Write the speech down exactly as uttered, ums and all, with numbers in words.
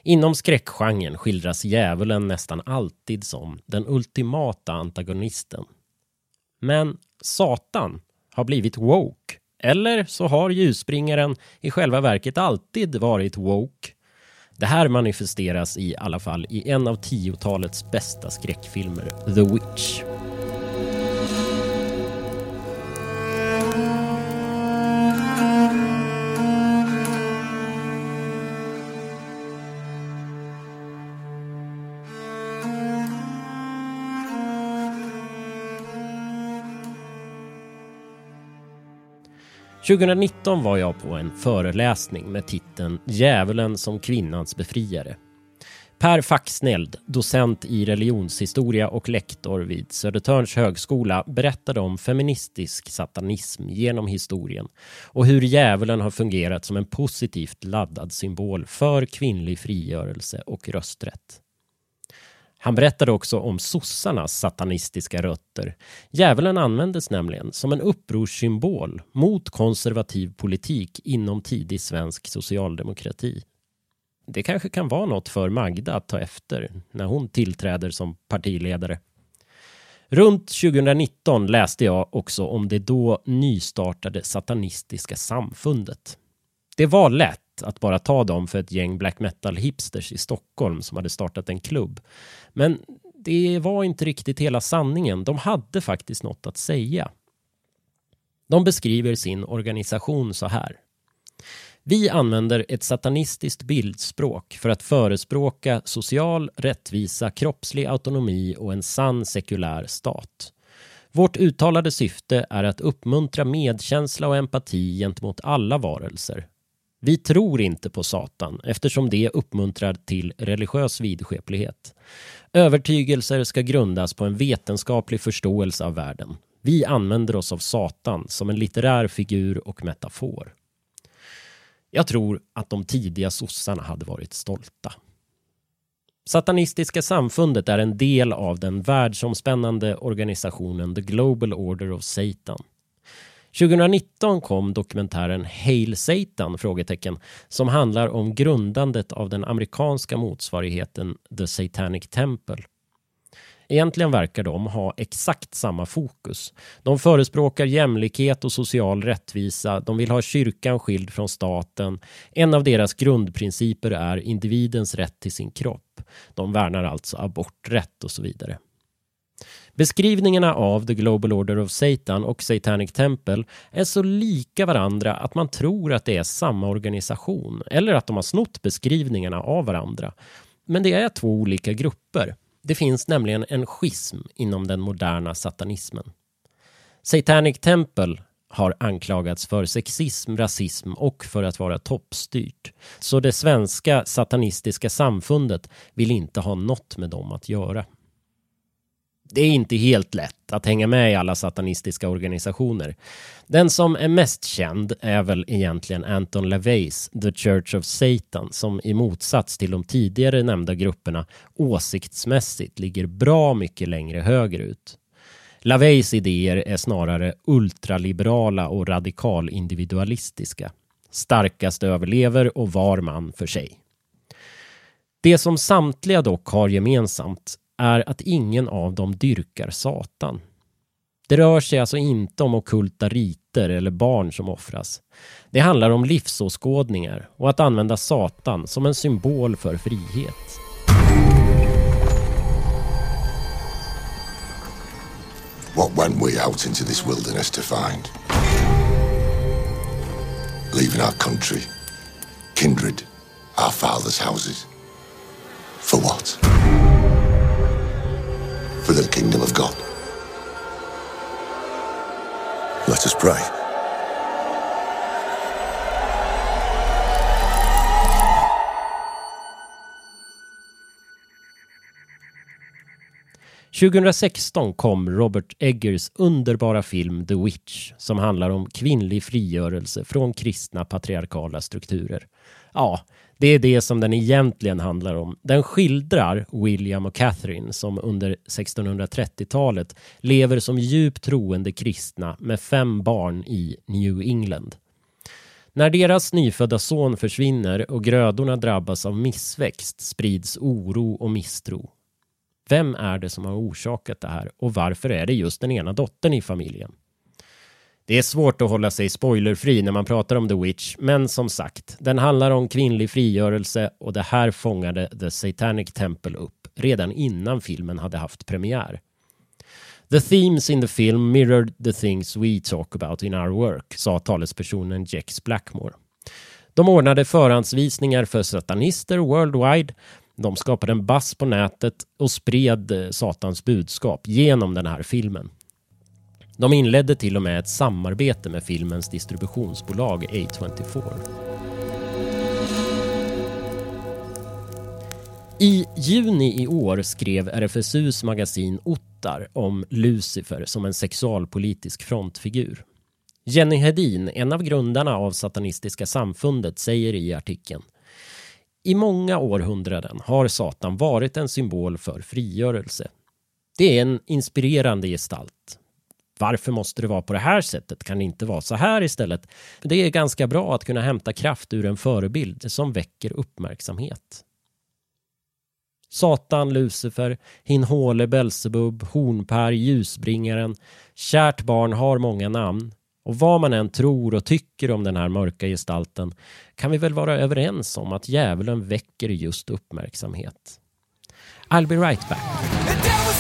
Inom skräckgenren skildras djävulen nästan alltid som den ultimata antagonisten. Men Satan har blivit woke. Eller så har ljusbringaren i själva verket alltid varit woke. Det här manifesteras i alla fall i en av tiotalets bästa skräckfilmer, The Witch. tjugonitton var jag på en föreläsning med titeln Djävulen som kvinnans befriare. Per Faxneld, docent i religionshistoria och lektor vid Södertörns högskola, berättade om feministisk satanism genom historien och hur djävulen har fungerat som en positivt laddad symbol för kvinnlig frigörelse och rösträtt. Han berättade också om sossarnas satanistiska rötter. Djävulen användes nämligen som en upprorssymbol mot konservativ politik inom tidig svensk socialdemokrati. Det kanske kan vara något för Magda att ta efter när hon tillträder som partiledare. Runt tjugonitton läste jag också om det då nystartade satanistiska samfundet. Det var lätt att bara ta dem för ett gäng black metal hipsters i Stockholm som hade startat en klubb. Men det var inte riktigt hela sanningen. De hade faktiskt något att säga. De beskriver sin organisation så här. Vi använder ett satanistiskt bildspråk för att förespråka social rättvisa, kroppslig autonomi och en sann sekulär stat. Vårt uttalade syfte är att uppmuntra medkänsla och empati gentemot alla varelser. Vi tror inte på Satan eftersom det uppmuntrar till religiös vidskeplighet. Övertygelser ska grundas på en vetenskaplig förståelse av världen. Vi använder oss av Satan som en litterär figur och metafor. Jag tror att de tidiga sossarna hade varit stolta. Satanistiska samfundet är en del av den världsomspännande organisationen The Global Order of Satan. tjugonitton kom dokumentären Hail Satan, frågetecken, som handlar om grundandet av den amerikanska motsvarigheten The Satanic Temple. Egentligen verkar de ha exakt samma fokus. De förespråkar jämlikhet och social rättvisa. De vill ha kyrkan skild från staten. En av deras grundprinciper är individens rätt till sin kropp. De värnar alltså aborträtt och så vidare. Beskrivningarna av The Global Order of Satan och Satanic Temple är så lika varandra att man tror att det är samma organisation eller att de har snott beskrivningarna av varandra. Men det är två olika grupper. Det finns nämligen en schism inom den moderna satanismen. Satanic Temple har anklagats för sexism, rasism och för att vara toppstyrt. Så det svenska satanistiska samfundet vill inte ha något med dem att göra. Det är inte helt lätt att hänga med i alla satanistiska organisationer. Den som är mest känd är väl egentligen Anton LaVey's The Church of Satan, som i motsats till de tidigare nämnda grupperna åsiktsmässigt ligger bra mycket längre högerut. LaVey's idéer är snarare ultraliberala och radikalindividualistiska. Starkast överlever och var man för sig. Det som samtliga dock har gemensamt är att ingen av dem dyrkar Satan. Det rör sig alltså inte om ockulta riter eller barn som offras. Det handlar om livsåskådningar och att använda Satan som en symbol för frihet. What went we out into this wilderness to find? Leaving our country, kindred, our fathers' houses. For what? For the kingdom of God. Let us pray. tjugohundrasexton kom Robert Eggers underbara film The Witch som handlar om kvinnlig frigörelse från kristna patriarkala strukturer. Ja, det är det som den egentligen handlar om. Den skildrar William och Catherine som under sextonhundratrettiotalet lever som djupt troende kristna med fem barn i New England. När deras nyfödda son försvinner och grödorna drabbas av missväxt sprids oro och misstro. Vem är det som har orsakat det här och varför är det just den ena dottern i familjen? Det är svårt att hålla sig spoilerfri när man pratar om The Witch, men som sagt, den handlar om kvinnlig frigörelse och det här fångade The Satanic Temple upp redan innan filmen hade haft premiär. The themes in the film mirrored the things we talk about in our work, sa talespersonen Jex Blackmore. De ordnade förhandsvisningar för satanister worldwide. De skapade en bass på nätet och spred Satans budskap genom den här filmen. De inledde till och med ett samarbete med filmens distributionsbolag A tjugofyra. I juni i år skrev R F S U:s magasin Ottar om Lucifer som en sexualpolitisk frontfigur. Jenny Hedin, en av grundarna av Satanistiska samfundet, säger i artikeln: i många århundraden har Satan varit en symbol för frigörelse. Det är en inspirerande gestalt. Varför måste det vara på det här sättet? Kan det inte vara så här istället? Det är ganska bra att kunna hämta kraft ur en förebild som väcker uppmärksamhet. Satan, Lucifer, Hinhåle, Belzebub, Hornpär, Ljusbringaren. Kärt barn har många namn. Och vad man än tror och tycker om den här mörka gestalten kan vi väl vara överens om att djävulen väcker just uppmärksamhet. I'll be right back.